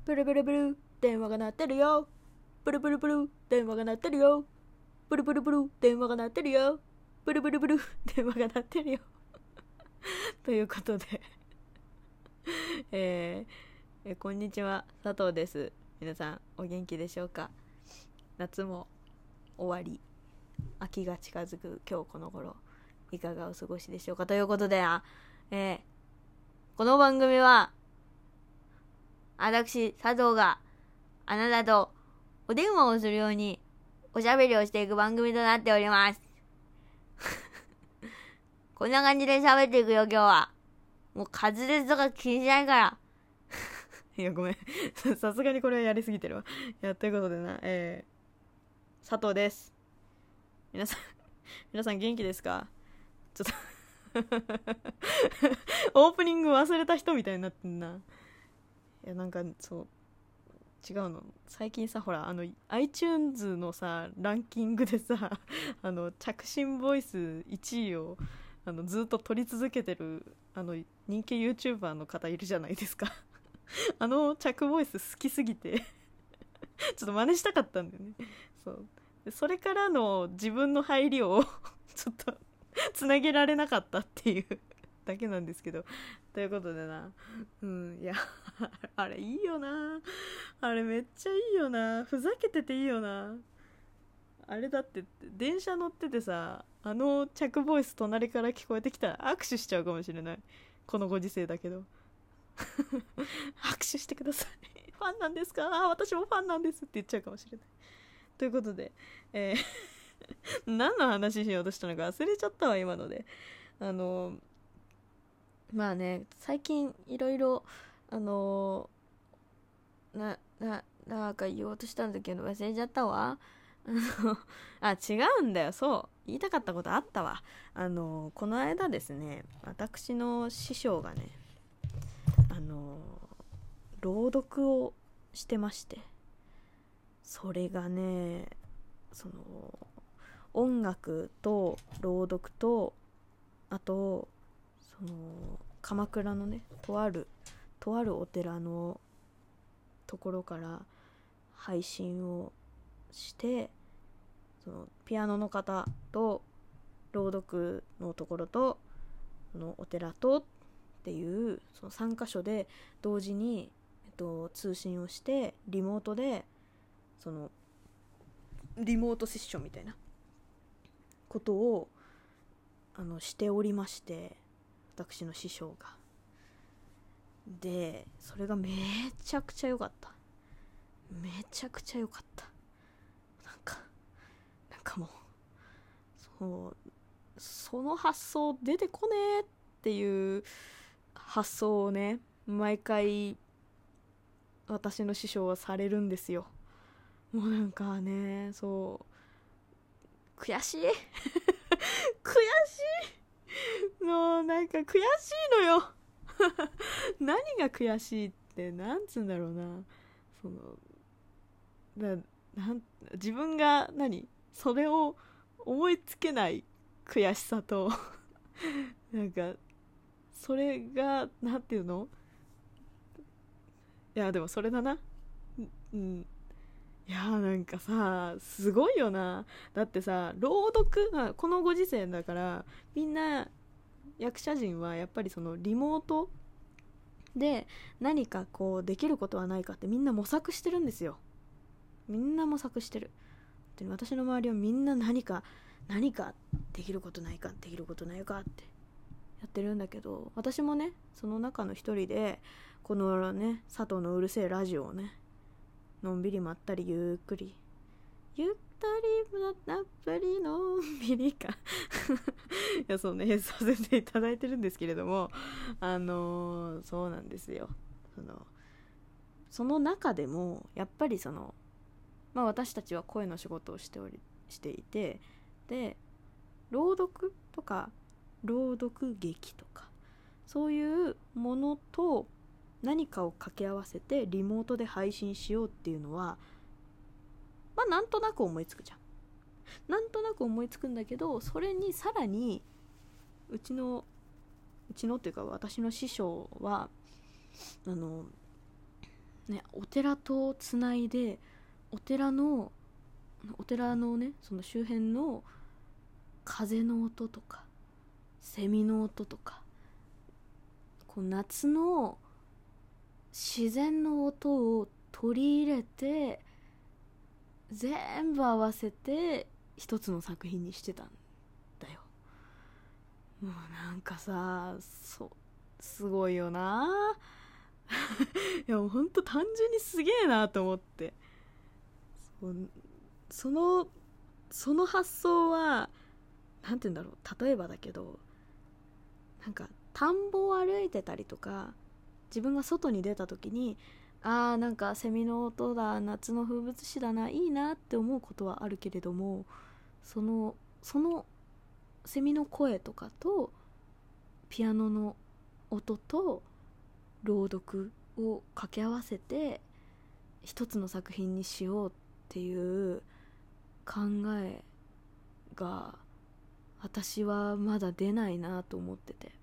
ブルブルブル電話が鳴ってるよ。ブルブルブル電話が鳴ってるよ。ブルブルブル電話が鳴ってるよ。ブルブルブル電話が鳴ってるよということでこんにちは、佐藤です。皆さんお元気でしょうか。夏も終わり、秋が近づく今日この頃、いかがお過ごしでしょうか。ということでこの番組は私佐藤があなたとお電話をするようにおしゃべりをしていく番組となっておりますこんな感じで喋っていくよ。今日はもう滑舌とか気にしないからいやごめんさすがにこれはやりすぎてるわ。ということでな、佐藤です。皆さん元気ですか。ちょっとオープニング忘れた人みたいになってんな。いやなんかそう違うの、最近さ、ほらiTunes のさランキングでさ着信ボイス1位をずっと取り続けてる人気 YouTuber の方いるじゃないですか着ボイス好きすぎてちょっと真似したかったんだよね。それからの自分の入りをちょっとつなげられなかったっていうだけなんですけど、ということでな、いやあれいいよな、あれめっちゃいいよな、ふざけてていいよな。あれだって電車乗っててさ、着ボイス隣から聞こえてきたら握手しちゃうかもしれない、このご時世だけど握手してくださいファンなんですか、私もファンなんですって言っちゃうかもしれない。ということで、何の話しようとしたのか忘れちゃったわ今ので。まあね、最近いろいろなんか言おうとしたんだけど忘れちゃったわ違うんだよ、そう言いたかったことあったわ。この間ですね、私の師匠がね朗読をしてまして、それがね、音楽と朗読と、あと鎌倉のねとあるお寺のところから配信をして、ピアノの方と朗読のところとお寺とっていうその3カ所で同時に、通信をしてリモートでリモートセッションみたいなことをしておりまして、私の師匠が。でそれがめちゃくちゃ良かった。めちゃくちゃ良かった。なんかもうその発想出てこねえっていう発想をね、毎回私の師匠はされるんですよ。もうなんかね、悔しい悔しいの、なんか悔しいのよ何が悔しいって、なんつうんだろうな、自分がそれを思いつけない悔しさとなんかそれがなんていうの、いやでもそれだな。いやなんかさ、すごいよな。だってさ、朗読、このご時世だからみんな役者陣はやっぱりリモートで何かこうできることはないかってみんな模索してるんですよ。みんな模索してる。で私の周りはみんな何かできることないかってやってるんだけど、私もねその中の一人でこのね佐藤のうるせえラジオをね、のんびりまったりゆったりまったりのんびりかいやそうねさせていただいてるんですけれども、そうなんですよ。その中でもやっぱり私たちは声の仕事をしていて、で朗読とか朗読劇とかそういうものと何かを掛け合わせてリモートで配信しようっていうのはなんとなく思いつくじゃん。なんとなく思いつくんだけど、それにさらにうちのっていうか私の師匠はね、お寺とつないでお寺のねその周辺の風の音とかセミの音とかこう夏の自然の音を取り入れて全部合わせて一つの作品にしてたんだよ。もうなんかさ、すごいよないやもうほんと単純にすげえなと思って、その発想はなんて言うんだろう、例えばだけどなんか田んぼを歩いてたりとか自分が外に出た時になんかセミの音だ、夏の風物詩だな、いいなって思うことはあるけれども、そのセミの声とかとピアノの音と朗読を掛け合わせて一つの作品にしようっていう考えが私はまだ出ないなと思ってて、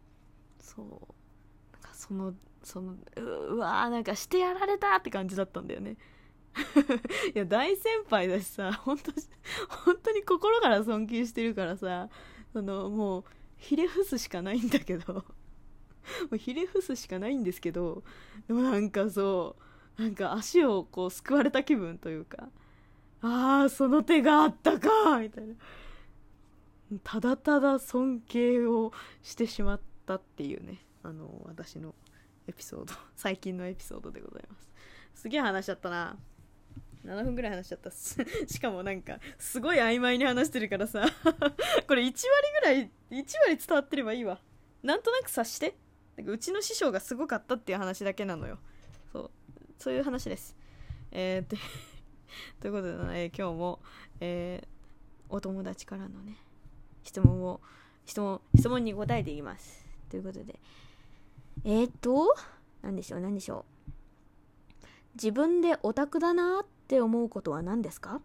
なんかうわーなんかしてやられたって感じだったんだよねいや大先輩だしさ、本当に心から尊敬してるからさ、もうひれ伏すしかないんだけどもうひれ伏すしかないんですけど、でもなんかなんか足をこう救われた気分というか、その手があったかみたいな、ただただ尊敬をしてしまったっていうね、私のエピソード、最近のエピソードでございます。すげえ話しちゃったな、7分ぐらい話しちゃったしかもなんかすごい曖昧に話してるからさこれ1割伝わってればいいわ、なんとなく察して、なんかうちの師匠がすごかったっていう話だけなのよ。そういう話です。ということで、ね、今日も、お友達からのね質問に答えていきます。ということで、何でしょう。自分でオタクだなって思うことは何ですか？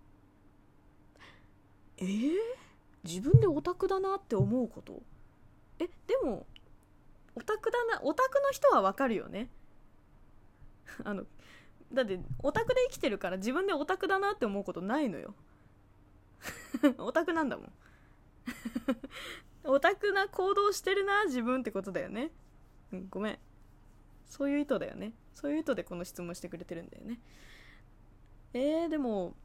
自分でオタクだなって思うこと？でもオタクの人はわかるよねだってオタクで生きてるから自分でオタクだなって思うことないのよオタクなんだもんオタクな行動してるな自分ってことだよね。ごめん、そういう意図だよね。そういう意図でこの質問してくれてるんだよね。でも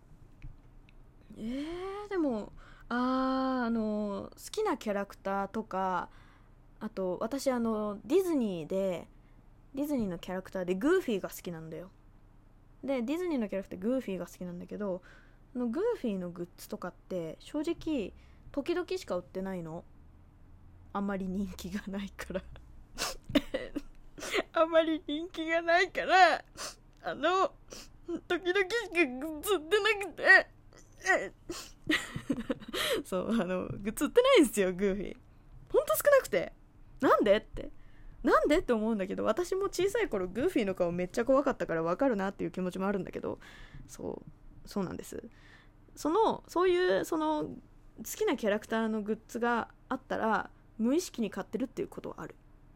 好きなキャラクターとか、あと私ディズニーのキャラクターでグーフィーが好きなんだよ。でディズニーのキャラクターグーフィーが好きなんだけど、グーフィーのグッズとかって正直時々しか売ってないの。あんまり人気がないからあんまり人気がないから時々しかグッズ売ってなくてグッズ売ってないんですよ、グーフィー。ほんと少なくて、なんでって思うんだけど、私も小さい頃グーフィーの顔めっちゃ怖かったから分かるなっていう気持ちもあるんだけど、そうなんです。そういう好きなキャラクターのグッズがあったら無意識に買ってるっていうことはある。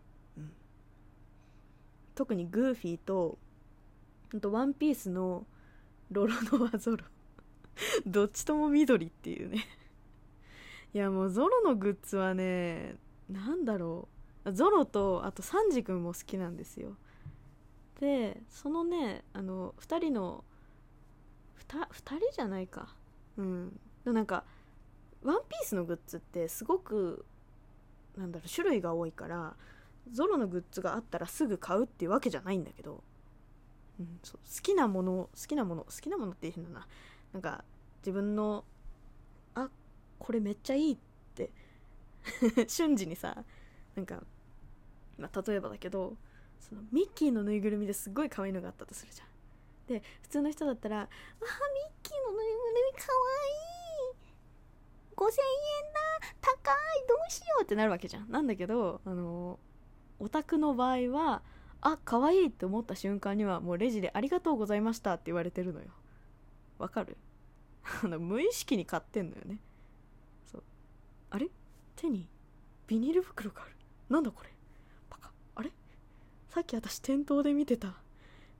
特にグーフィーとワンピースのロロノアゾロどっちとも緑っていうねいやもうゾロのグッズはね、なんだろう、ゾロとあとサンジ君も好きなんですよ。でそのね2人の2人じゃないか、なんかワンピースのグッズってすごく種類が多いからゾロのグッズがあったらすぐ買うっていうわけじゃないんだけど、好きなものっていうのなんか自分のこれめっちゃいいって瞬時にさ、なんか、例えばだけどミッキーのぬいぐるみですごい可愛いのがあったとするじゃん。で普通の人だったらミッキーのぬいぐるみ可愛い5000円だ高いどうしようってなるわけじゃん。なんだけどオタクの場合は可愛いって思った瞬間にはもうレジでありがとうございましたって言われてるのよ。わかる無意識に買ってんのよね。あれ手にビニール袋がある、なんだこれ、バカ、あれさっき私店頭で見てた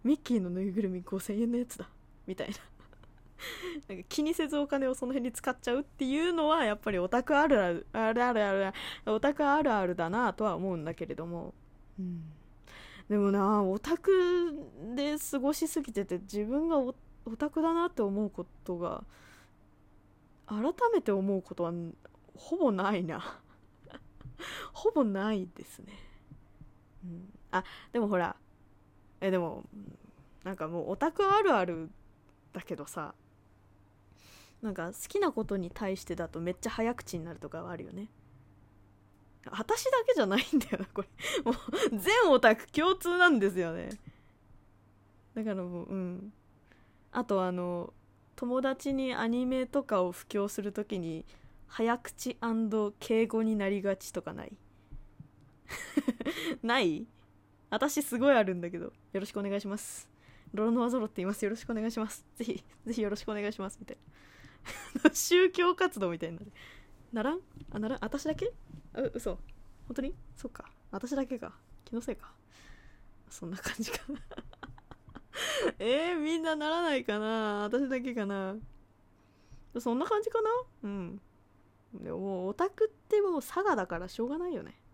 ミッキーのぬいぐるみ5000円のやつだみたいななんか気にせずお金をその辺に使っちゃうっていうのはやっぱりオタクあるあるあるあるあるオタクあるあるだなとは思うんだけれども、でもな、オタクで過ごしすぎてて自分がオタクだなって思うことが改めて思うことはほぼないなほぼないですね、あ、でもほらでもなんかもうオタクあるあるだけどさ、なんか好きなことに対してだとめっちゃ早口になるとかはあるよね。私だけじゃないんだよなこれもう全オタク共通なんですよね。だからもうあと友達にアニメとかを布教するときに早口&敬語になりがちとかないない私すごいあるんだけど、よろしくお願いします、ロロノアゾロって言います、よろしくお願いします、ぜひぜひよろしくお願いしますみたいな宗教活動みたいにならん私だけ嘘本当にそうか、私だけか、気のせいか、そんな感じかなみんなならないかな、私だけかな、そんな感じかな。でもオタクってもう佐賀だからしょうがないよね。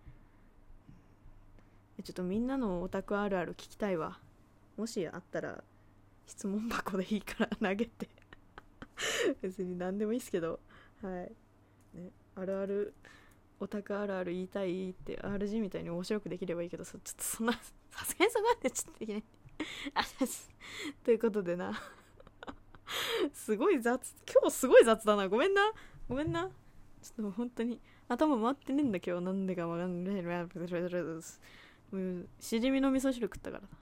ちょっとみんなのオタクあるある聞きたいわ。もしあったら質問箱でいいから投げて別に何でもいいっすけど、はいね、あるあるオタクあるある言いたいって RG みたいに面白くできればいいけどさ、ちょっとそんなさすがにそこまでちょっとできないということでなすごい雑、今日すごい雑だな、ごめんなちょっと本当に頭回ってねえんだ今日、なんでかわかんないしじみの味噌汁食ったから